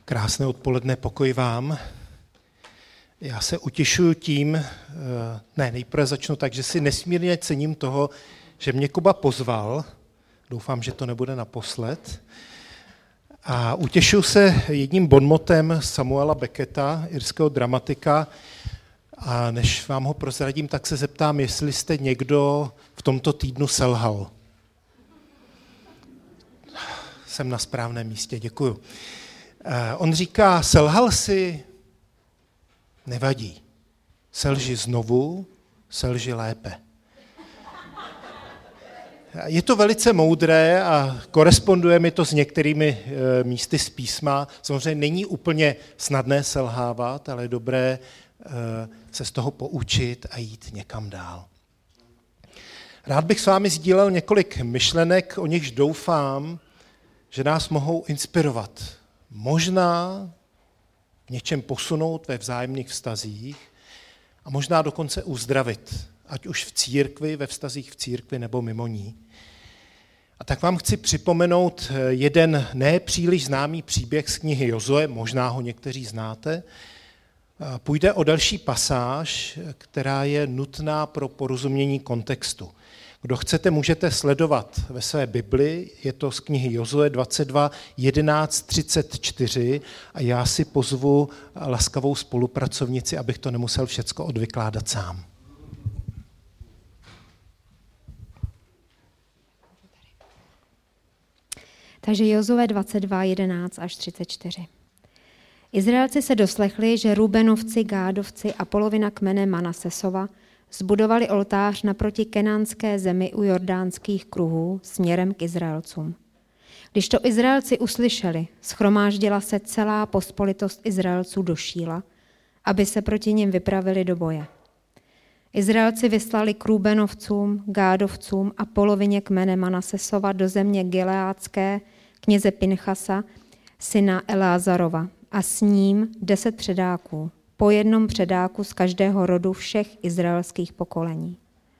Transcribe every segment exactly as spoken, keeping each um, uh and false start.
Krásné odpoledne, pokoj vám. Já se utěšuju tím, ne, nejprve začnu tak, že si nesmírně cením toho, že mě Kuba pozval, doufám, že to nebude naposled, a utěšuju se jedním bonmotem Samuela Becketa, irského dramatika, a než vám ho prozradím, tak se zeptám, jestli jste někdo v tomto týdnu selhal. Jsem na správném místě, děkuju. On říká, selhal si, nevadí. Selži znovu, selži lépe. Je to velice moudré a koresponduje mi to s některými místy z písma. Samozřejmě není úplně snadné selhávat, ale je dobré se z toho poučit a jít někam dál. Rád bych s vámi sdílel několik myšlenek, o nichž doufám, že nás mohou inspirovat. Možná v něčem posunout ve vzájemných vztazích a možná dokonce uzdravit, ať už v církvi, ve vztazích v církvi nebo mimo ní. A tak vám chci připomenout jeden nepříliš známý příběh z knihy Jozue, možná ho někteří znáte. Půjde o další pasáž, která je nutná pro porozumění kontextu. Kdo chcete, můžete sledovat ve své Bibli, je to z knihy Jozue dvacet dva, jedenáct, třicet čtyři a já si pozvu laskavou spolupracovnici, abych to nemusel všecko odvykládat sám. Takže Jozue dvacet dva, jedenáct až třicet čtyři. Izraelci se doslechli, že Rúbenovci, Gádovci a polovina kmene Manasesova zbudovali oltář naproti kenánské zemi u jordánských kruhů směrem k Izraelcům. Když to Izraelci uslyšeli, shromáždila se celá pospolitost Izraelců do Šíla, aby se proti nim vypravili do boje. Izraelci vyslali k Rúbenovcům, Gádovcům a polovině kmene Manasesova do země Gileádské kněze Pinchasa, syna Eleazarova, a s ním deset předáků, po jednom předáku z každého rodu všech izraelských pokolení.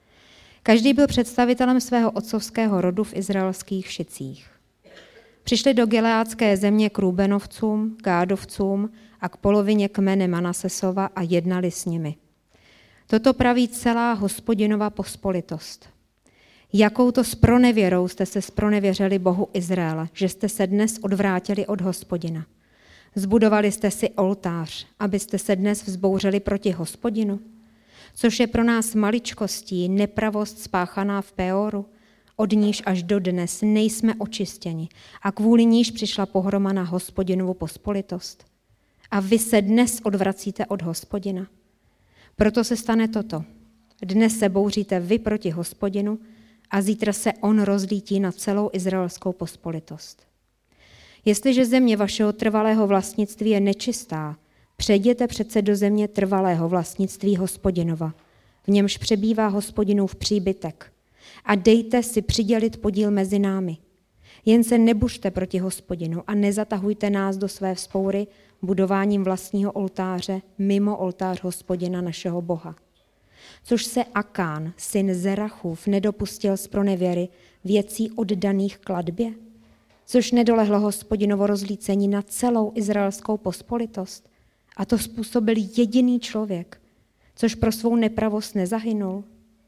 Každý byl představitelem svého otcovského rodu v izraelských šicích. Přišli do gileádské země k Rúbenovcům, Gádovcům a k polovině kmene Manasesova a jednali s nimi. Toto praví celá Hospodinova pospolitost. Jakou to spronevěrou jste se spronevěřili Bohu Izraele, že jste se dnes odvrátili od Hospodina. Zbudovali jste si oltář, abyste se dnes vzbouřili proti Hospodinu, což je pro nás maličkostí, nepravost spáchaná v Peoru, od níž až do dnes nejsme očistěni a kvůli níž přišla pohroma na Hospodinovu pospolitost. A vy se dnes odvracíte od Hospodina. Proto se stane toto. Dnes se bouříte vy proti Hospodinu a zítra se on rozlítí na celou izraelskou pospolitost. Jestliže země vašeho trvalého vlastnictví je nečistá, přejděte přece do země trvalého vlastnictví Hospodinova, v němž přebývá Hospodinův příbytek, a dejte si přidělit podíl mezi námi. Jen se nebuřte proti Hospodinu a nezatahujte nás do své vzpoury budováním vlastního oltáře mimo oltář Hospodina našeho Boha. Což se Akán, syn Zerachův, nedopustil z pronevěry věcí oddaných kladbě? Což nedolehlo Hospodinovo rozlícení na celou izraelskou pospolitost. A to způsobil jediný člověk, což pro svou nepravost nezahynul.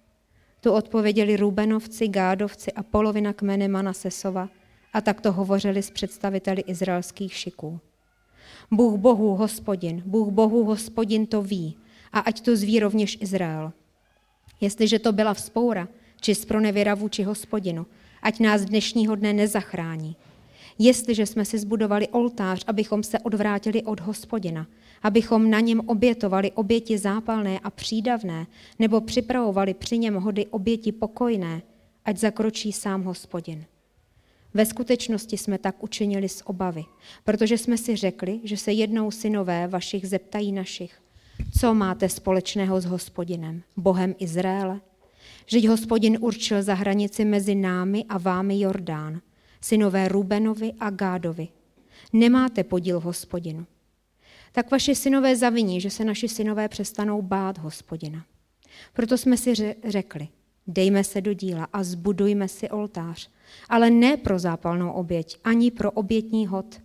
Tu odpověděli Rúbenovci, Gádovci a polovina kmene Manasesova a takto hovořili s představiteli izraelských šiků. Bůh bohů Hospodin, Bůh bohů Hospodin to ví a ať to zví rovněž Izrael. Jestliže to byla vzpoura či zpronevěra vůči Hospodinu, ať nás dnešního dne nezachrání. Jestliže jsme si zbudovali oltář, abychom se odvrátili od Hospodina, abychom na něm obětovali oběti zápalné a přídavné, nebo připravovali při něm hody oběti pokojné, ať zakročí sám Hospodin. Ve skutečnosti jsme tak učinili z obavy, protože jsme si řekli, že se jednou synové vašich zeptají našich, co máte společného s Hospodinem, Bohem Izraele? Vždyť Hospodin určil za hranici mezi námi a vámi Jordán, synové Rúbenovi a Gádovi. Nemáte podíl v Hospodinu. Tak vaši synové zaviní, že se naši synové přestanou bát Hospodina. Proto jsme si řekli, dejme se do díla a zbudujme si oltář, ale ne pro zápalnou oběť, ani pro obětní hod.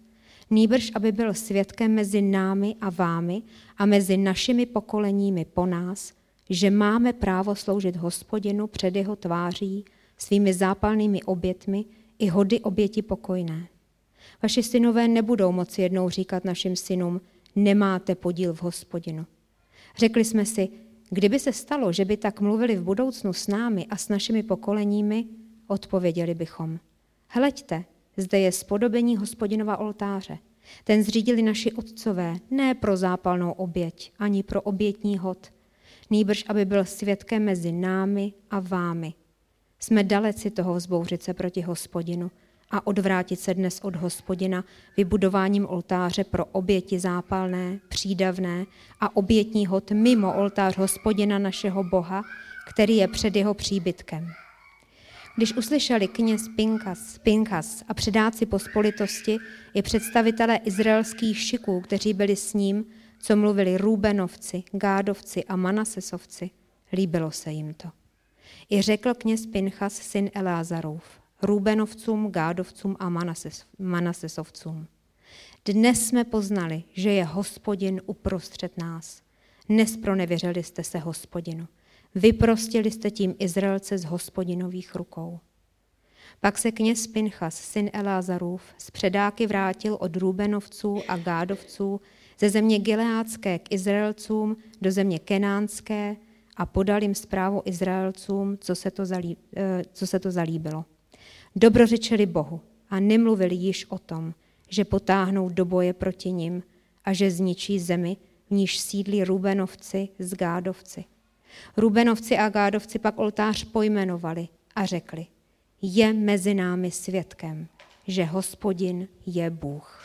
nýbrž aby byl svědkem mezi námi a vámi a mezi našimi pokoleními po nás, že máme právo sloužit Hospodinu před jeho tváří svými zápalnými obětmi i hody oběti pokojné. Vaši synové nebudou moci jednou říkat našim synům, nemáte podíl v Hospodinu. Řekli jsme si, kdyby se stalo, že by tak mluvili v budoucnu s námi a s našimi pokoleními, odpověděli bychom. Hleďte, zde je spodobení Hospodinova oltáře. Ten zřídili naši otcové, ne pro zápalnou oběť, ani pro obětní hod, nýbrž aby byl svědkem mezi námi a vámi. Jsme daleci toho vzbouřit se proti Hospodinu a odvrátit se dnes od Hospodina vybudováním oltáře pro oběti zápalné, přídavné a obětní hod mimo oltář Hospodina našeho Boha, který je před jeho příbytkem. Když uslyšeli kněz Pinchas, Pinchas a předáci pospolitosti i představitelé izraelských šiků, kteří byli s ním, co mluvili Rúbenovci, Gádovci a Manasesovci, líbilo se jim to. I řekl kněz Pinchas, syn Eleazarův, Rúbenovcům, Gádovcům a Manases, Manasesovcům. Dnes jsme poznali, že je Hospodin uprostřed nás. Nespronevěřili jste se Hospodinu. Vyprostili jste tím Izraelce z Hospodinových rukou. Pak se kněz Pinchas, syn Eleazarův, z předáky vrátil od Rúbenovců a Gádovců ze země Gileádské k Izraelcům do země Kenánské a podal jim zprávu Izraelcům, co se to, zalí, co se to zalíbilo. Dobrořečili Bohu a nemluvili již o tom, že potáhnou do boje proti nim a že zničí zemi, v níž sídlí Rúbenovci s Gádovci. Rúbenovci a Gádovci pak oltář pojmenovali a řekli, je mezi námi svědkem, že Hospodin je Bůh.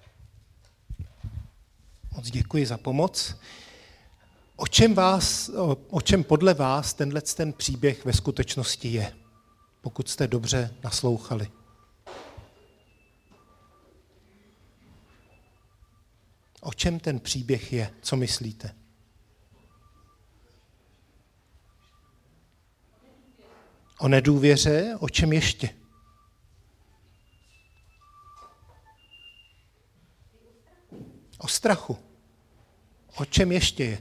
Moc děkuji za pomoc. O čem, vás, o, o čem podle vás tenhle ten příběh ve skutečnosti je, pokud jste dobře naslouchali? O čem ten příběh je? Co myslíte? O nedůvěře? O čem ještě? O strachu. O čem ještě je?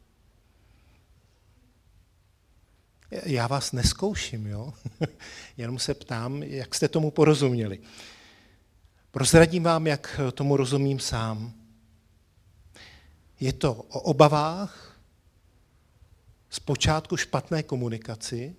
Já vás neskouším, jo? Jenom se ptám, jak jste tomu porozuměli. Prozradím vám, jak tomu rozumím sám. Je to o obavách, zpočátku špatné komunikaci,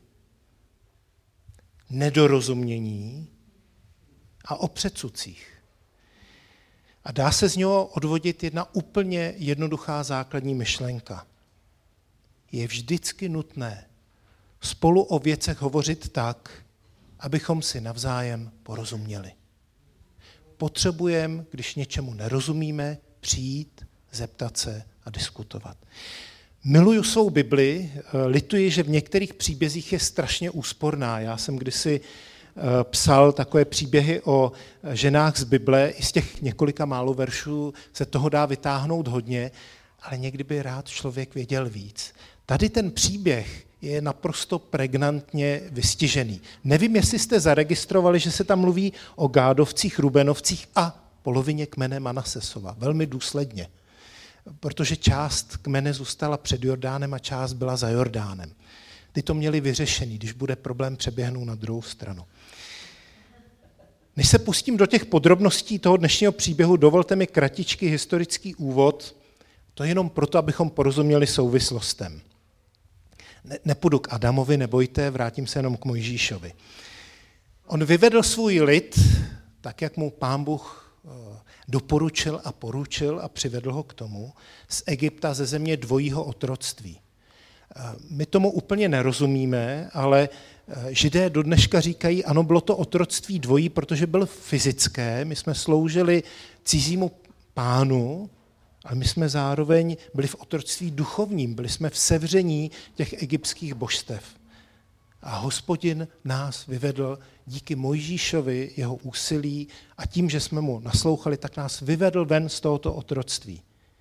nedorozumění a o předsudcích. A dá se z něho odvodit jedna úplně jednoduchá základní myšlenka. Je vždycky nutné spolu o věcech hovořit tak, abychom si navzájem porozuměli. Potřebujeme, když něčemu nerozumíme, přijít, zeptat se a diskutovat. Miluju svou Bibli, lituji, že v některých příbězích je strašně úsporná. Já jsem kdysi psal takové příběhy o ženách z Bible, i z těch několika málo veršů se toho dá vytáhnout hodně, ale někdy by rád člověk věděl víc. Tady ten příběh je naprosto pregnantně vystižený. Nevím, jestli jste zaregistrovali, že se tam mluví o Gádovcích, Rúbenovcích a polovině kmene Manasesova. Velmi důsledně. Protože část kmene zůstala před Jordánem a část byla za Jordánem. Ty to měli vyřešený, když bude problém, přeběhnou na druhou stranu. Než se pustím do těch podrobností toho dnešního příběhu, dovolte mi kratičký historický úvod, to jenom proto, abychom porozuměli souvislostem. Ne, nepůjdu k Adamovi, nebojte, vrátím se jenom k Mojžíšovi. On vyvedl svůj lid, tak jak mu Pán Bůh doporučil a poručil a přivedl ho k tomu, z Egypta, ze země dvojího otroctví. My tomu úplně nerozumíme, ale Židé do dneška říkají, ano, bylo to otroctví dvojí, protože bylo fyzické, my jsme sloužili cizímu pánu, ale my jsme zároveň byli v otroctví duchovním, byli jsme v sevření těch egyptských božstev. A Hospodin nás vyvedl díky Mojžíšovi, jeho úsilí a tím, že jsme mu naslouchali, tak nás vyvedl ven z tohoto otroctví.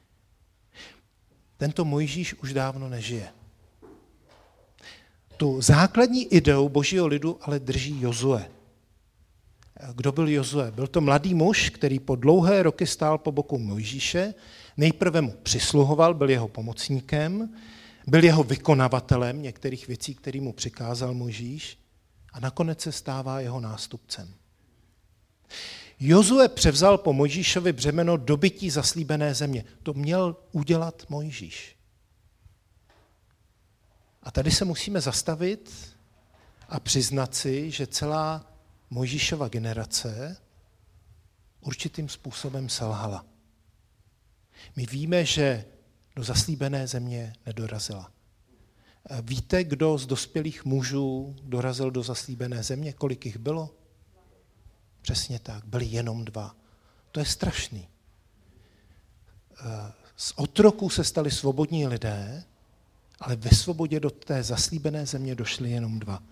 Tento Mojžíš už dávno nežije. Tu základní ideu božího lidu ale drží Jozue. Kdo byl Jozue? Byl to mladý muž, který po dlouhé roky stál po boku Mojžíše, nejprve mu přisluhoval, byl jeho pomocníkem, byl jeho vykonavatelem některých věcí, které mu přikázal Mojžíš, a nakonec se stává jeho nástupcem. Jozue převzal po Mojžíšovi břemeno dobytí zaslíbené země. To měl udělat Mojžíš. A tady se musíme zastavit a přiznat si, že celá Mojžíšova generace určitým způsobem selhala. My víme, že do zaslíbené země nedorazila. Víte, kdo z dospělých mužů dorazil do zaslíbené země? Kolik jich bylo? Přesně tak, byli jenom dva. To je strašný. Z otroků se stali svobodní lidé, ale ve svobodě do té zaslíbené země došli jenom dva.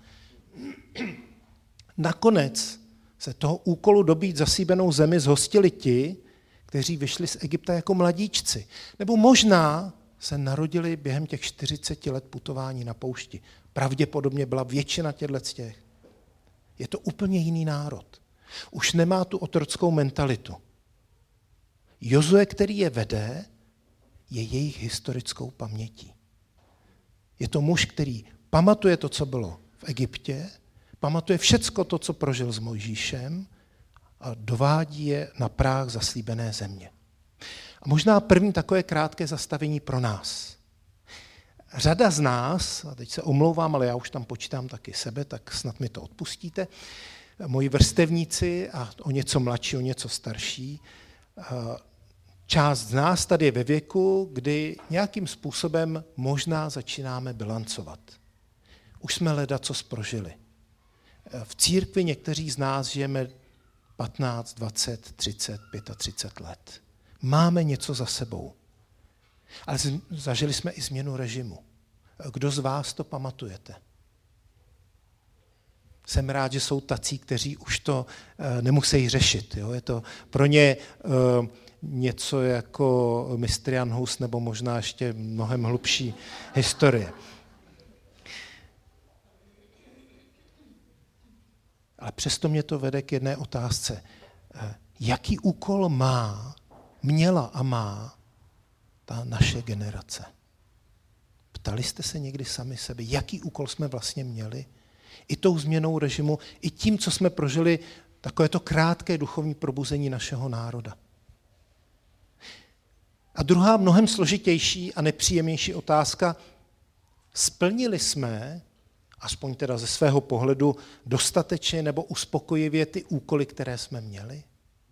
Nakonec se toho úkolu dobít zaslíbenou zemi zhostili ti, kteří vyšli z Egypta jako mladíčci. Nebo možná se narodili během těch čtyřiceti let putování na poušti. Pravděpodobně byla většina těchto těch. Je to úplně jiný národ. Už nemá tu otrockou mentalitu. Jozue, který je vede, je jejich historickou pamětí. Je to muž, který pamatuje to, co bylo v Egyptě, pamatuje všecko to, co prožil s Mojžíšem a dovádí je na práh zaslíbené země. A možná první takové krátké zastavení pro nás. Řada z nás, a teď se omlouvám, ale já už tam počítám taky sebe, tak snad mi to odpustíte, moji vrstevníci a o něco mladší, o něco starší, část z nás tady je ve věku, kdy nějakým způsobem možná začínáme bilancovat. Už jsme ledacos prožili. V církvi někteří z nás žijeme patnáct, dvacet, třicet, třicet pět let. Máme něco za sebou. Ale zažili jsme i změnu režimu. Kdo z vás to pamatujete? Jsem rád, že jsou tací, kteří už to uh, nemusí řešit. Jo? Je to pro ně uh, něco jako Mistrian Hus nebo možná ještě mnohem hlubší historie. Ale přesto mě to vede k jedné otázce. Uh, jaký úkol má, měla a má ta naše generace? Ptali jste se někdy sami sebe, jaký úkol jsme vlastně měli? I tou změnou režimu, i tím, co jsme prožili, takovéto krátké duchovní probuzení našeho národa. A druhá, mnohem složitější a nepříjemnější otázka, splnili jsme, aspoň teda ze svého pohledu, dostatečně nebo uspokojivě ty úkoly, které jsme měli?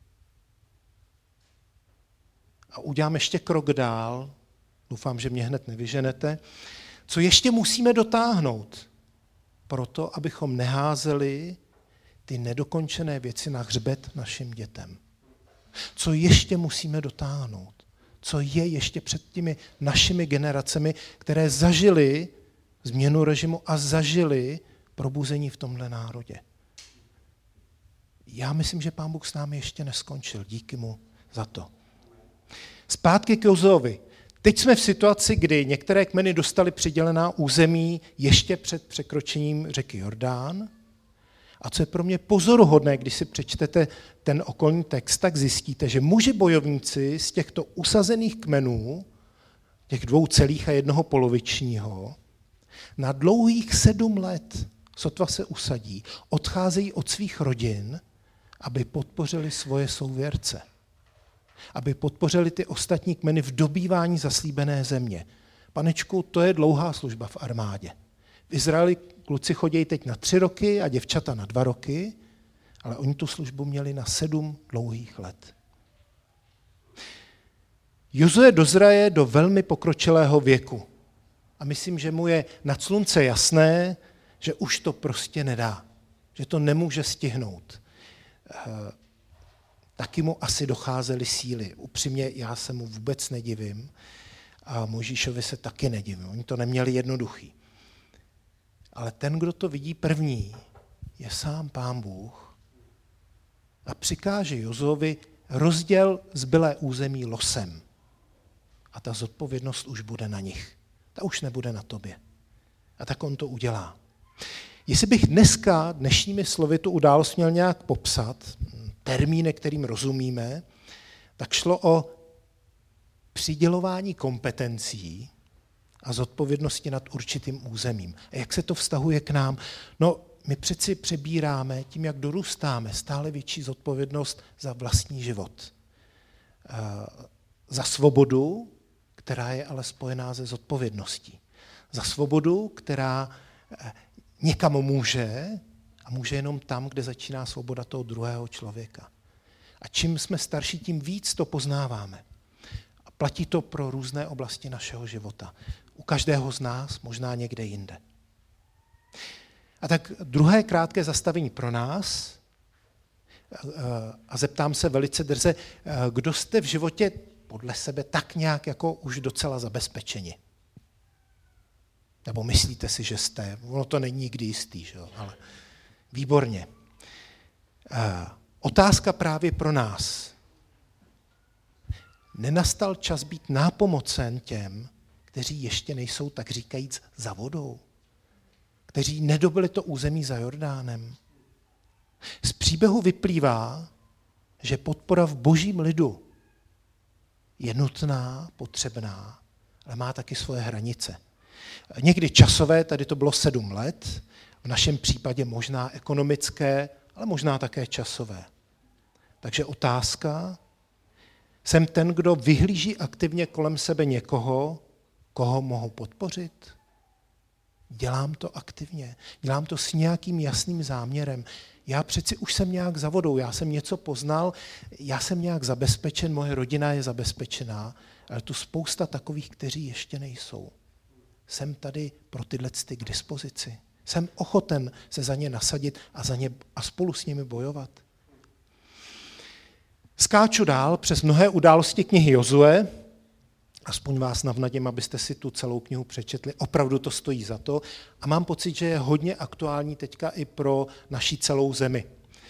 A udělám ještě krok dál, doufám, že mě hned nevyženete, co ještě musíme dotáhnout, proto, abychom neházeli ty nedokončené věci na hřbet našim dětem. Co ještě musíme dotáhnout? Co je ještě před těmi našimi generacemi, které zažily změnu režimu a zažily probuzení v tomhle národě? Já myslím, že Pán Bůh s námi ještě neskončil. Díky mu za to. Zpátky k Jozuovi. Teď jsme v situaci, kdy některé kmeny dostaly přidělená území ještě před překročením řeky Jordán. A co je pro mě pozoruhodné, když si přečtete ten okolní text, tak zjistíte, že muži bojovníci z těchto usazených kmenů, těch dvou celých a jednoho polovičního, na dlouhých sedm let, sotva se usadí, odcházejí od svých rodin, aby podpořili svoje souvěrce. Aby podpořili ty ostatní kmeny v dobývání zaslíbené země. Panečku, to je dlouhá služba v armádě. V Izraeli kluci chodí teď na tři roky a děvčata na dva roky, ale oni tu službu měli na sedm dlouhých let. Jozue dozraje do velmi pokročilého věku. A myslím, že mu je nad slunce jasné, že už to prostě nedá. Že to nemůže stihnout. Taky mu asi docházely síly. Upřímně já se mu vůbec nedivím a Mojžíšovi se taky nedivím. Oni to neměli jednoduchý. Ale ten, kdo to vidí první, je sám Pán Bůh a přikáže Jozuovi rozděl zbylé území losem. A ta zodpovědnost už bude na nich. Ta už nebude na tobě. A tak on to udělá. Jestli bych dneska dnešními slovy tu událost měl nějak popsat, termíny, kterým rozumíme, tak šlo o přidělování kompetencí a zodpovědnosti nad určitým územím. A jak se to vztahuje k nám? No, my přeci přebíráme tím, jak dorůstáme, stále větší zodpovědnost za vlastní život. Za svobodu, která je ale spojená se zodpovědností. Za svobodu, která někam může a může jenom tam, kde začíná svoboda toho druhého člověka. A čím jsme starší, tím víc to poznáváme. A platí to pro různé oblasti našeho života. U každého z nás, možná někde jinde. A tak druhé krátké zastavení pro nás, a zeptám se velice drze, kdo jste v životě podle sebe tak nějak jako už docela zabezpečeni? Nebo myslíte si, že jste? Ono to není nikdy jistý, že jo? Ale výborně. Otázka právě pro nás. Nenastal čas být nápomocen těm, kteří ještě nejsou, tak říkajíc, za vodou? Kteří nedobili to území za Jordánem? Z příběhu vyplývá, že podpora v božím lidu je nutná, potřebná, ale má taky svoje hranice. Někdy časové, tady to bylo sedm let, v našem případě možná ekonomické, ale možná také časové. Takže otázka, jsem ten, kdo vyhlíží aktivně kolem sebe někoho, koho mohu podpořit? Dělám to aktivně, dělám to s nějakým jasným záměrem. Já přeci už jsem nějak za vodou, já jsem něco poznal, já jsem nějak zabezpečen, moje rodina je zabezpečená, ale tu spousta takových, kteří ještě nejsou. Jsem tady pro tyhle cty k dispozici. Jsem ochoten se za ně nasadit a, za ně, a spolu s nimi bojovat. Skáču dál přes mnohé události knihy Jozue, aspoň vás navnadím, abyste si tu celou knihu přečetli, opravdu to stojí za to a mám pocit, že je hodně aktuální teďka i pro naši celou zemi.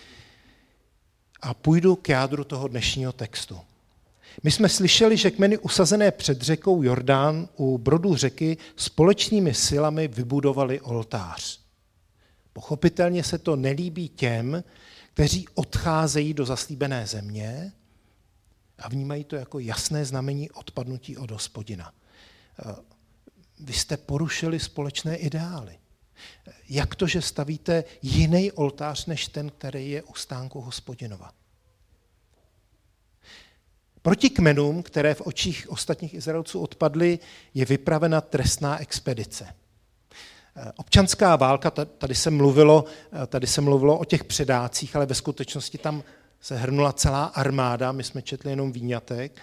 A půjdu k jádru toho dnešního textu. My jsme slyšeli, že kmeny usazené před řekou Jordán u brodu řeky společnými silami vybudovali oltář. Pochopitelně se to nelíbí těm, kteří odcházejí do zaslíbené země a vnímají to jako jasné znamení odpadnutí od Hospodina. Vy jste porušili společné ideály. Jak to, že stavíte jiný oltář než ten, který je u stánku Hospodinova? Proti kmenům, které v očích ostatních Izraelců odpadly, je vypravena trestná expedice. Občanská válka, tady se mluvilo, tady se mluvilo o těch předácích, ale ve skutečnosti tam se hrnula celá armáda, my jsme četli jenom výňatek.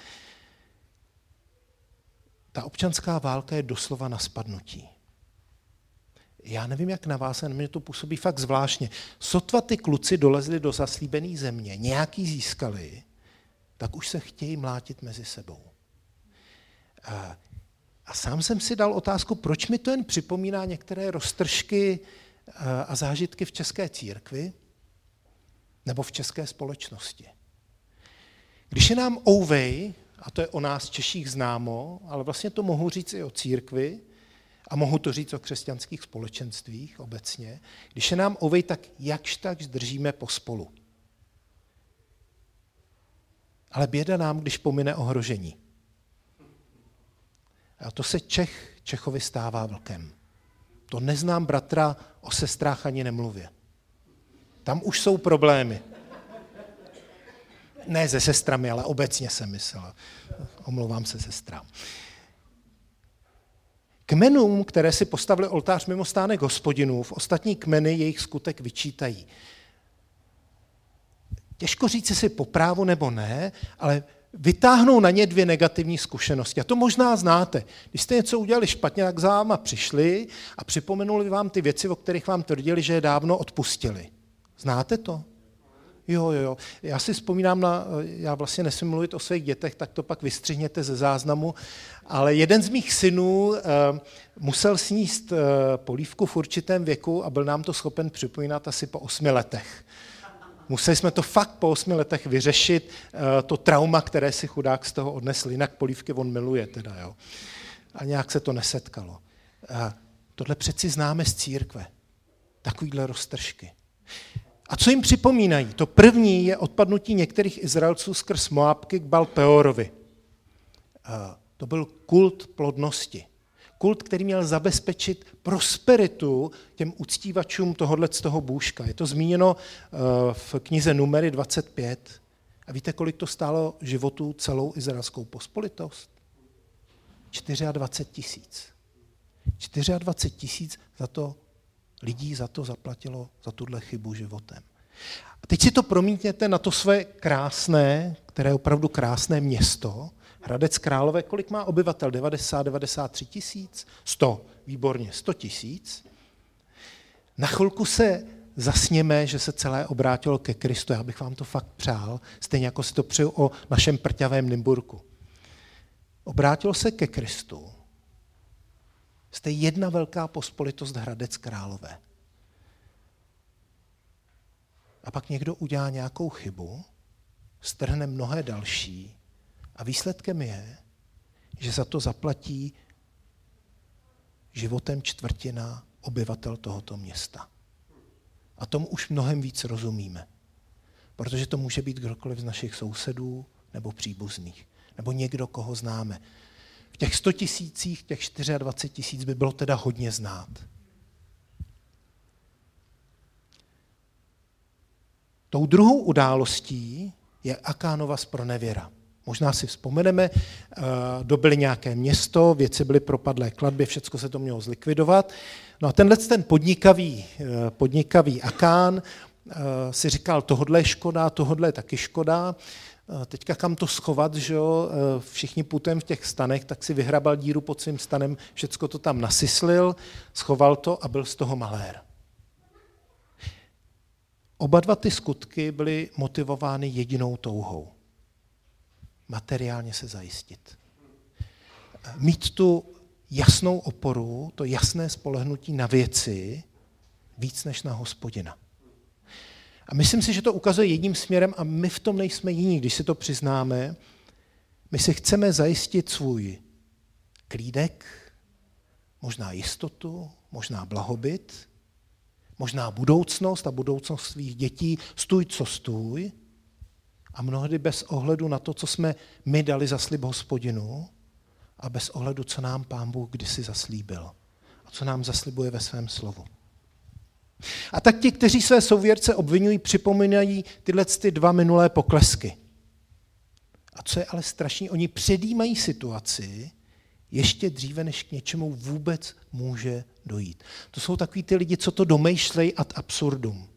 Ta občanská válka je doslova na spadnutí. Já nevím, jak na vás, ale mě to působí fakt zvláštně. Sotva ty kluci dolezli do zaslíbené země, nějaký získali, tak už se chtějí mlátit mezi sebou. A, a sám jsem si dal otázku, proč mi to jen připomíná některé roztržky a, a zážitky v české církvi nebo v české společnosti. Když je nám ouvej, a to je o nás Češích známo, ale vlastně to mohu říct i o církvi a mohu to říct o křesťanských společenstvích obecně, když je nám ouvej, tak jakž tak držíme pospolu. Ale běda nám, když pomine ohrožení. A to se Čech Čechovi stává vlkem. To neznám bratra, o sestrách ani nemluvě. Tam už jsou problémy. Ne se sestrami, ale obecně jsem myslel. Omlouvám se sestrám. Kmenům, které si postavili oltář mimo stánek Hospodinův, ostatní kmeny jejich skutek vyčítají. Těžko říct si po právu nebo ne, ale vytáhnou na ně dvě negativní zkušenosti. A to možná znáte. Když jste něco udělali špatně, tak za váma přišli a připomenuli vám ty věci, o kterých vám tvrdili, že je dávno odpustili. Znáte to? Jo, jo, jo. Já si vzpomínám na, já vlastně nesmím mluvit o svých dětech, tak to pak vystřihněte ze záznamu, ale jeden z mých synů uh, musel sníst uh, polívku v určitém věku a byl nám to schopen připomínat asi po osmi letech. Museli jsme to fakt po osmi letech vyřešit, uh, to trauma, které si chudák z toho odnesl, jinak polívky on miluje teda, jo. A nějak se to nesetkalo. Uh, tohle přeci známe z církve. Takovýhle roztržky. A co jim připomínají? To první je odpadnutí některých Izraelců skrz Moábky k Baal-peorovi. To byl kult plodnosti. Kult, který měl zabezpečit prosperitu těm uctívačům tohohle z toho bůžka. Je to zmíněno v knize Numery dvacet pět. A víte, kolik to stálo životů celou izraelskou pospolitost? dvacet čtyři tisíc. dvacet čtyři tisíc za to lidí za to zaplatilo, za tuhle chybu životem. A teď si to promítněte na to své krásné, které je opravdu krásné město, Hradec Králové. Kolik má obyvatel? devadesát, devadesát tři tisíc? sto. Výborně, sto tisíc. Na chvilku se zasněme, že se celé obrátilo ke Kristu. Já bych vám to fakt přál, stejně jako si to přeju o našem prťavém Nymburku. Obrátilo se ke Kristu. Jste jedna velká pospolitost Hradec Králové. A pak někdo udělá nějakou chybu, strhne mnohé další a výsledkem je, že za to zaplatí životem čtvrtina obyvatel tohoto města. A tomu už mnohem víc rozumíme. Protože to může být kdokoliv z našich sousedů nebo příbuzných. Nebo někdo, koho známe. V těch sto tisících, těch dvacet čtyři tisíc by bylo teda hodně znát. Tou druhou událostí je Akánova zpronevěra. Možná si vzpomeneme, dobyli nějaké město, věci byly propadlé kladbě, všecko se to mělo zlikvidovat. No a tenhle ten podnikavý, podnikavý Akán si říkal, tohodle je škoda, tohodle je taky škoda. Teďka kam to schovat, že jo? Všichni putujeme v těch stanech, tak si vyhrabal díru pod svým stanem, všecko to tam nasyslil, schoval to a byl z toho malér. Oba dva ty skutky byly motivovány jedinou touhou. Materiálně se zajistit. Mít tu jasnou oporu, to jasné spolehnutí na věci, víc než na Hospodina. A myslím si, že to ukazuje jedním směrem a my v tom nejsme jiní, když si to přiznáme. My si chceme zajistit svůj klídek, možná jistotu, možná blahobyt, možná budoucnost a budoucnost svých dětí, stůj, co stůj, a mnohdy bez ohledu na to, co jsme my dali za slib Hospodinu a bez ohledu, co nám Pán Bůh kdysi zaslíbil a co nám zaslibuje ve svém slovu. A tak ti, kteří své souvěrce obvinují, připomínají tyhle ty dva minulé poklesky. A co je ale strašný, oni předjímají situaci ještě dříve, než k něčemu vůbec může dojít. To jsou takový ty lidi, co to domýšlejí ad absurdum.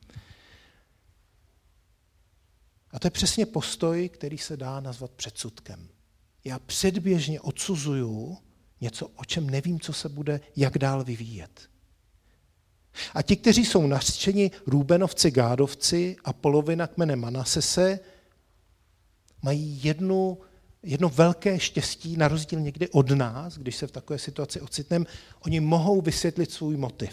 A to je přesně postoj, který se dá nazvat předsudkem. Já předběžně odsuzuju něco, o čem nevím, co se bude, jak dál vyvíjet. A ti, kteří jsou nařčeni Rúbenovci, Gádovci a polovina kmene Manasese, mají jednu, jedno velké štěstí, na rozdíl někdy od nás, když se v takové situaci ocitneme, oni mohou vysvětlit svůj motiv.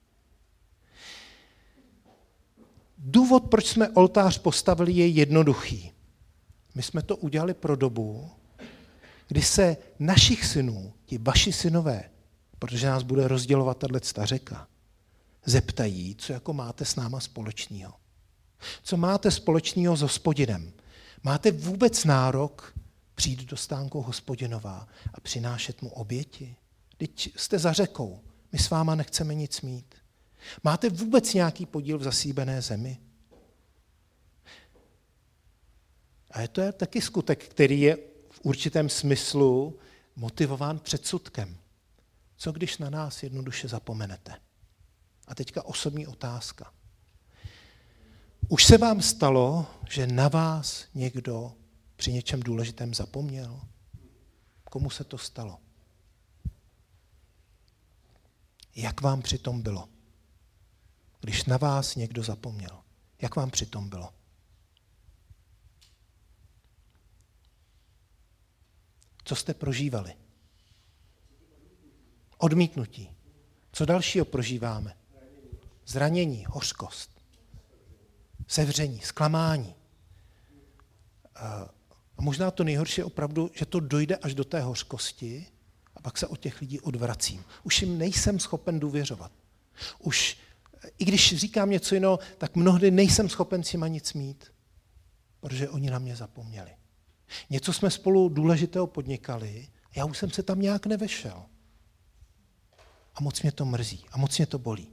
Důvod, proč jsme oltář postavili, je jednoduchý. My jsme to udělali pro dobu, kdy se našich synů, ti vaši synové, protože nás bude rozdělovat tato řeka, zeptají, co jako máte s náma společného. Co máte společného s Hospodinem? Máte vůbec nárok přijít do stánku Hospodinová a přinášet mu oběti? Teď jste za řekou, my s váma nechceme nic mít. Máte vůbec nějaký podíl v zasíbené zemi? A je to je taky skutek, který je v určitém smyslu motivován předsudkem. Co když na nás jednoduše zapomenete? A teďka osobní otázka. Už se vám stalo, že na vás někdo při něčem důležitém zapomněl? Komu se to stalo? Jak vám přitom bylo? Když na vás někdo zapomněl, jak vám přitom bylo? Co jste prožívali? Odmítnutí. Co dalšího prožíváme? Zranění, hořkost, sevření, zklamání. A možná to nejhorší je opravdu, že to dojde až do té hořkosti a pak se od těch lidí odvracím. Už jim nejsem schopen důvěřovat. Už i když říkám něco jiného, tak mnohdy nejsem schopen s nima nic mít, protože oni na mě zapomněli. Něco jsme spolu důležitého podnikali, já už jsem se tam nějak nevešel. A moc mě to mrzí a moc mě to bolí.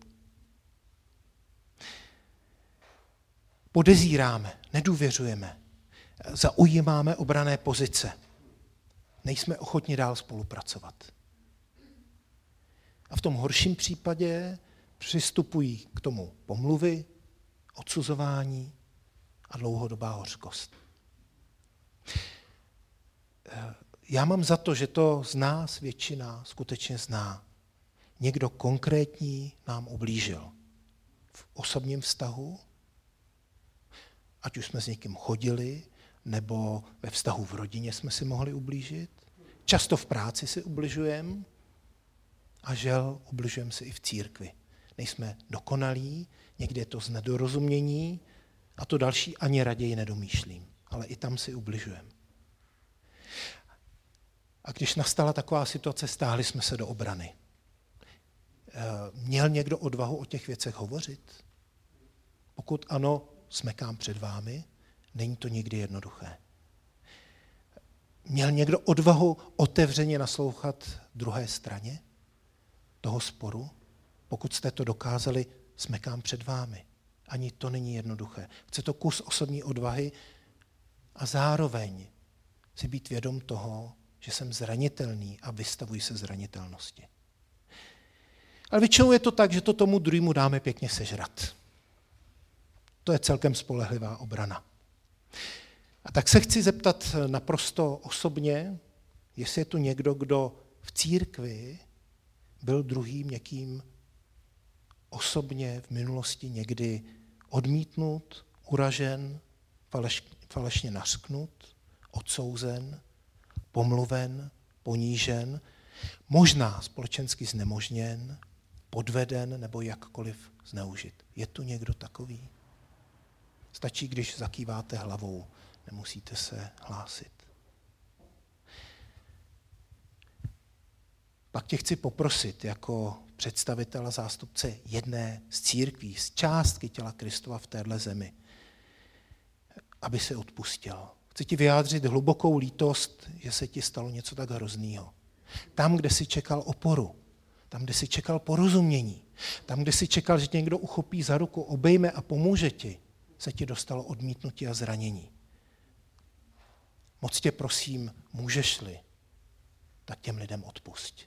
Podezíráme, nedůvěřujeme, zaujímáme obranné pozice. Nejsme ochotni dál spolupracovat. A v tom horším případě přistupují k tomu pomluvy, odsuzování a dlouhodobá hořkost. Já mám za to, že to z nás většina skutečně zná. Někdo konkrétní nám ublížil v osobním vztahu, ať už jsme s někým chodili, nebo ve vztahu v rodině jsme si mohli ublížit. Často v práci si ubližujeme a žel ubližujeme si i v církvi. Nejsme dokonalí, někdy je to z nedorozumění a to další ani raději nedomýšlím, ale i tam si ubližujeme. A když nastala taková situace, stáhli jsme se do obrany. Měl někdo odvahu o těch věcech hovořit? Pokud ano, smekám před vámi, není to nikdy jednoduché. Měl někdo odvahu otevřeně naslouchat druhé straně toho sporu? Pokud jste to dokázali, smekám před vámi. Ani to není jednoduché. Chce to kus osobní odvahy a zároveň si být vědom toho, že jsem zranitelný a vystavuji se zranitelnosti. Ale většinou je to tak, že to tomu druhému dáme pěkně sežrat. To je celkem spolehlivá obrana. A tak se chci zeptat naprosto osobně, jestli je tu někdo, kdo v církvi byl druhým někým osobně v minulosti někdy odmítnut, uražen, faleš, falešně nařknut, odsouzen, pomluven, ponížen, možná společensky znemožněn, podveden nebo jakkoliv zneužit. Je tu někdo takový? Stačí, když zakýváte hlavou, nemusíte se hlásit. Pak tě chci poprosit jako představitel a zástupce jedné z církví, z částky těla Kristova v téhle zemi, aby se odpustil. Chci ti vyjádřit hlubokou lítost, že se ti stalo něco tak hroznýho. Tam, kde jsi čekal oporu, tam, kde jsi čekal porozumění, tam, kde jsi čekal, že tě někdo uchopí za ruku, obejme a pomůže ti, se ti dostalo odmítnutí a zranění. Moc tě prosím, můžeš-li, tak těm lidem odpusť.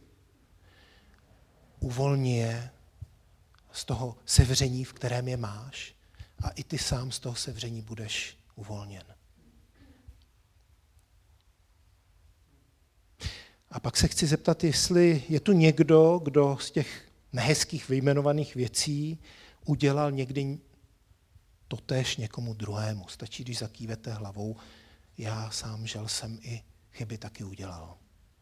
Uvolni je z toho sevření, v kterém je máš, a i ty sám z toho sevření budeš uvolněn. A pak se chci zeptat, jestli je tu někdo, kdo z těch nehezkých vyjmenovaných věcí udělal někdy totéž někomu druhému. Stačí, když zakývete hlavou, já sám žel jsem i chyby taky udělal.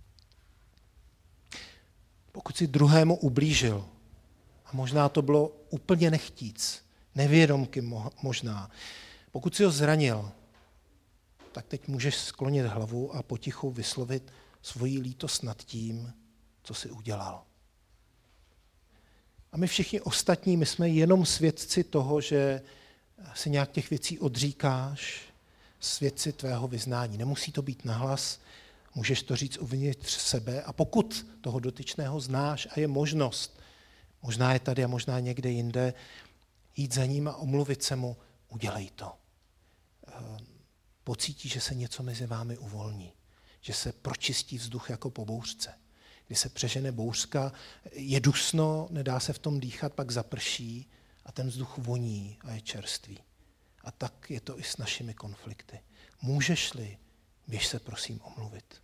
Pokud si druhému ublížil, a možná to bylo úplně nechtíc, nevědomky možná, pokud si ho zranil, tak teď můžeš sklonit hlavu a potichu vyslovit svoji lítost nad tím, co jsi udělal. A my všichni ostatní, my jsme jenom svědci toho, že si nějak těch věcí odříkáš, svědci tvého vyznání. Nemusí to být nahlas, můžeš to říct uvnitř sebe a pokud toho dotyčného znáš a je možnost, možná je tady a možná někde jinde, jít za ním a omluvit se mu, udělej to. Pocítí, že se něco mezi vámi uvolní, že se pročistí vzduch jako po bouřce. Když se přežene bouřka, je dusno, nedá se v tom dýchat, pak zaprší a ten vzduch voní a je čerstvý. A tak je to i s našimi konflikty. Můžeš-li, běž se prosím omluvit.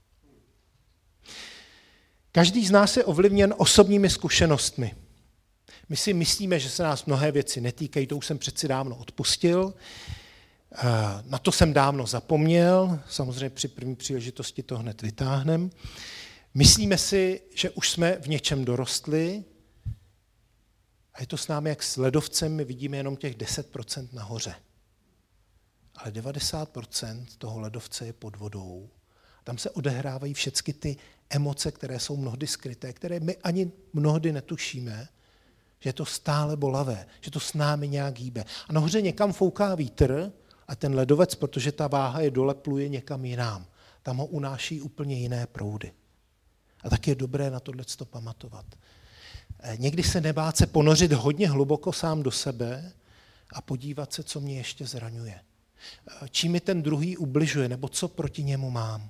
Každý z nás je ovlivněn osobními zkušenostmi. My si myslíme, že se nás mnohé věci netýkají, to už jsem přeci dávno odpustil, na to jsem dávno zapomněl, samozřejmě při první příležitosti to hned vytáhnem. Myslíme si, že už jsme v něčem dorostli a je to s námi jak s ledovcem, my vidíme jenom těch deset procent nahoře. Ale devadesát procent toho ledovce je pod vodou. Tam se odehrávají všechny ty emoce, které jsou mnohdy skryté, které my ani mnohdy netušíme, že je to stále bolavé, že to s námi nějak hýbe. A nahoře někam fouká vítr a ten ledovec, protože ta váha je dole, pluje někam jinam. Tam ho unáší úplně jiné proudy. A tak je dobré na tohleto pamatovat. Někdy se nebát se ponořit hodně hluboko sám do sebe a podívat se, co mě ještě zraňuje. Čím mi ten druhý ubližuje, nebo co proti němu mám.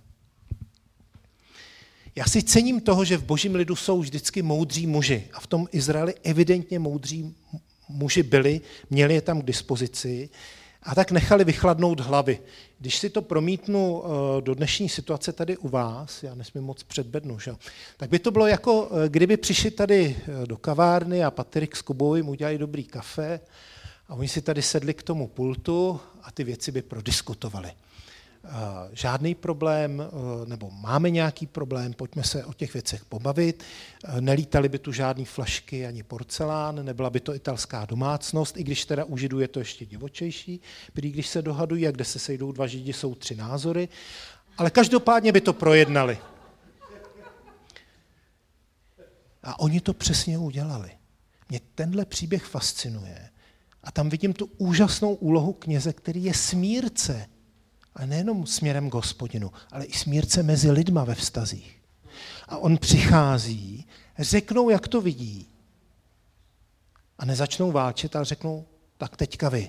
Já si cením toho, že v božím lidu jsou vždycky moudří muži. A v tom Izraeli evidentně moudří muži byli, měli je tam k dispozici a tak nechali vychladnout hlavy. Když si to promítnu do dnešní situace tady u vás, já nesmím moc předbednu, že? Tak by to bylo jako, kdyby přišli tady do kavárny a Patrik s Kubou udělali dobrý kafe a oni si tady sedli k tomu pultu a ty věci by prodiskutovali. Žádný problém, nebo máme nějaký problém, pojďme se o těch věcech pobavit. Nelítaly by tu žádný flašky ani porcelán, nebyla by to italská domácnost, i když teda u Židů je to ještě divočejší, prý když se dohadují a kde se sejdou dva Židi, jsou tři názory, ale každopádně by to projednali. A oni to přesně udělali. Mě tenhle příběh fascinuje a tam vidím tu úžasnou úlohu kněze, který je smírce. A nejenom směrem k Hospodinu, ale i smírce mezi lidma ve vztazích. A on přichází, řeknou, jak to vidí. A nezačnou válčit, ale řeknou, tak teďka vy.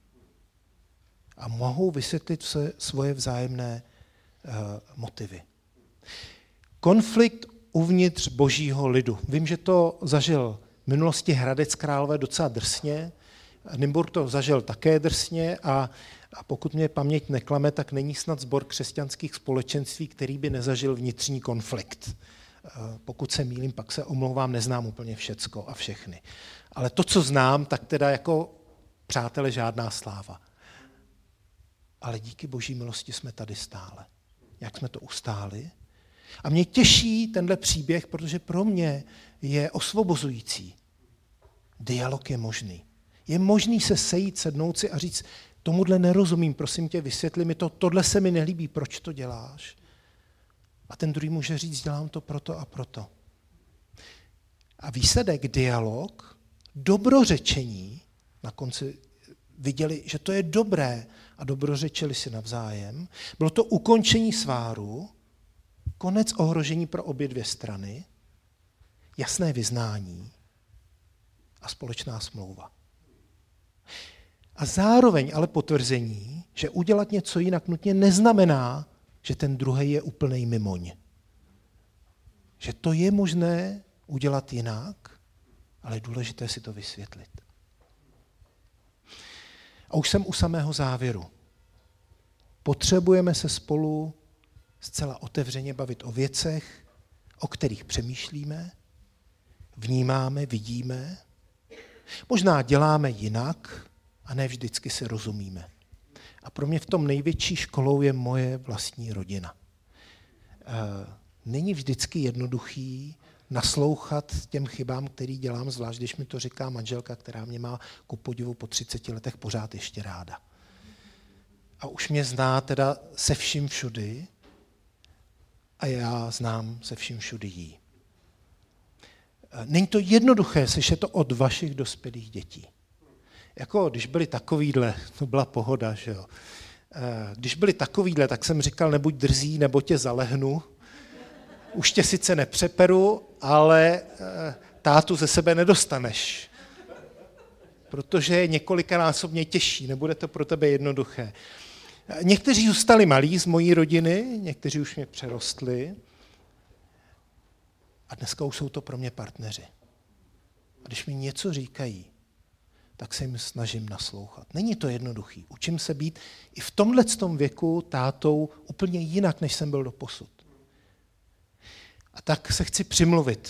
A mohou vysvětlit svoje vzájemné uh, motivy. Konflikt uvnitř božího lidu. Vím, že to zažil v minulosti Hradec Králové docela drsně, Nymburk to zažil také drsně a A pokud mě paměť neklame, tak není snad sbor křesťanských společenství, který by nezažil vnitřní konflikt. Pokud se mýlím, pak se omlouvám, neznám úplně všecko a všechny. Ale to, co znám, tak teda jako přátelé žádná sláva. Ale díky boží milosti jsme tady stále. Jak jsme to ustáli? A mě těší tenhle příběh, protože pro mě je osvobozující. Dialog je možný. Je možný se sejít, sednout si a říct, tomuhle nerozumím, prosím tě, vysvětli mi to, tohle se mi nelíbí, proč to děláš? A ten druhý může říct, dělám to proto a proto. A výsledek, dialog, dobrořečení, na konci viděli, že to je dobré a dobrořečili si navzájem, bylo to ukončení sváru, konec ohrožení pro obě dvě strany, jasné vyznání a společná smlouva. A zároveň ale potvrzení, že udělat něco jinak nutně neznamená, že ten druhý je úplnej mimoň. Že to je možné udělat jinak, ale je důležité si to vysvětlit. A už jsem u samého závěru. Potřebujeme se spolu zcela otevřeně bavit o věcech, o kterých přemýšlíme, vnímáme, vidíme, možná děláme jinak, a ne vždycky si rozumíme. A pro mě v tom největší školou je moje vlastní rodina. Není vždycky jednoduchý naslouchat těm chybám, který dělám, zvlášť když mi to říká manželka, která mě má ku podivu po třiceti letech pořád ještě ráda. A už mě zná teda se vším všudy a já znám se vším všudy jí. Není to jednoduché slyšet to od vašich dospělých dětí. Jako když byli takovýhle, to byla pohoda, že jo. Když byli takovýhle, tak jsem říkal, nebuď drzí, nebo tě zalehnu. Už tě sice nepřeperu, ale tátu ze sebe nedostaneš. Protože je několikanásobně těžší, nebude to pro tebe jednoduché. Někteří zůstali malí z mojí rodiny, někteří už mě přerostli. A dneska už jsou to pro mě partneři. A když mi něco říkají, tak se jim snažím naslouchat. Není to jednoduchý. Učím se být i v tomhletom věku tátou úplně jinak, než jsem byl doposud. A tak se chci přimluvit,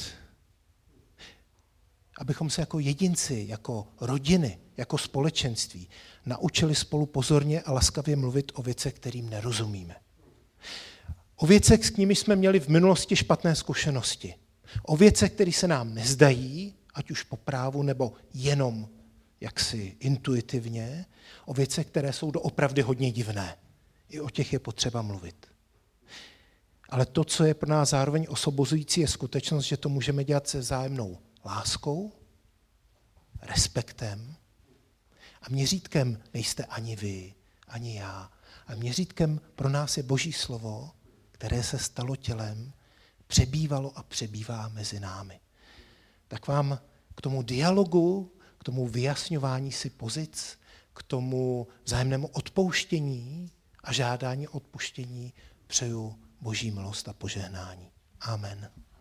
abychom se jako jedinci, jako rodiny, jako společenství naučili spolu pozorně a laskavě mluvit o věcech, kterým nerozumíme. O věcech, s nimi jsme měli v minulosti špatné zkušenosti. O věcech, které se nám nezdají, ať už po právu, nebo jenom jaksi intuitivně, o věcech, které jsou doopravdy hodně divné. I o těch je potřeba mluvit. Ale to, co je pro nás zároveň osvobozující, je skutečnost, že to můžeme dělat se vzájemnou láskou, respektem. A měřítkem nejste ani vy, ani já. A měřítkem pro nás je Boží slovo, které se stalo tělem, přebývalo a přebývá mezi námi. Tak vám k tomu dialogu, k tomu vyjasňování si pozic, k tomu vzájemnému odpouštění a žádání odpuštění přeju Boží milost a požehnání. Amen.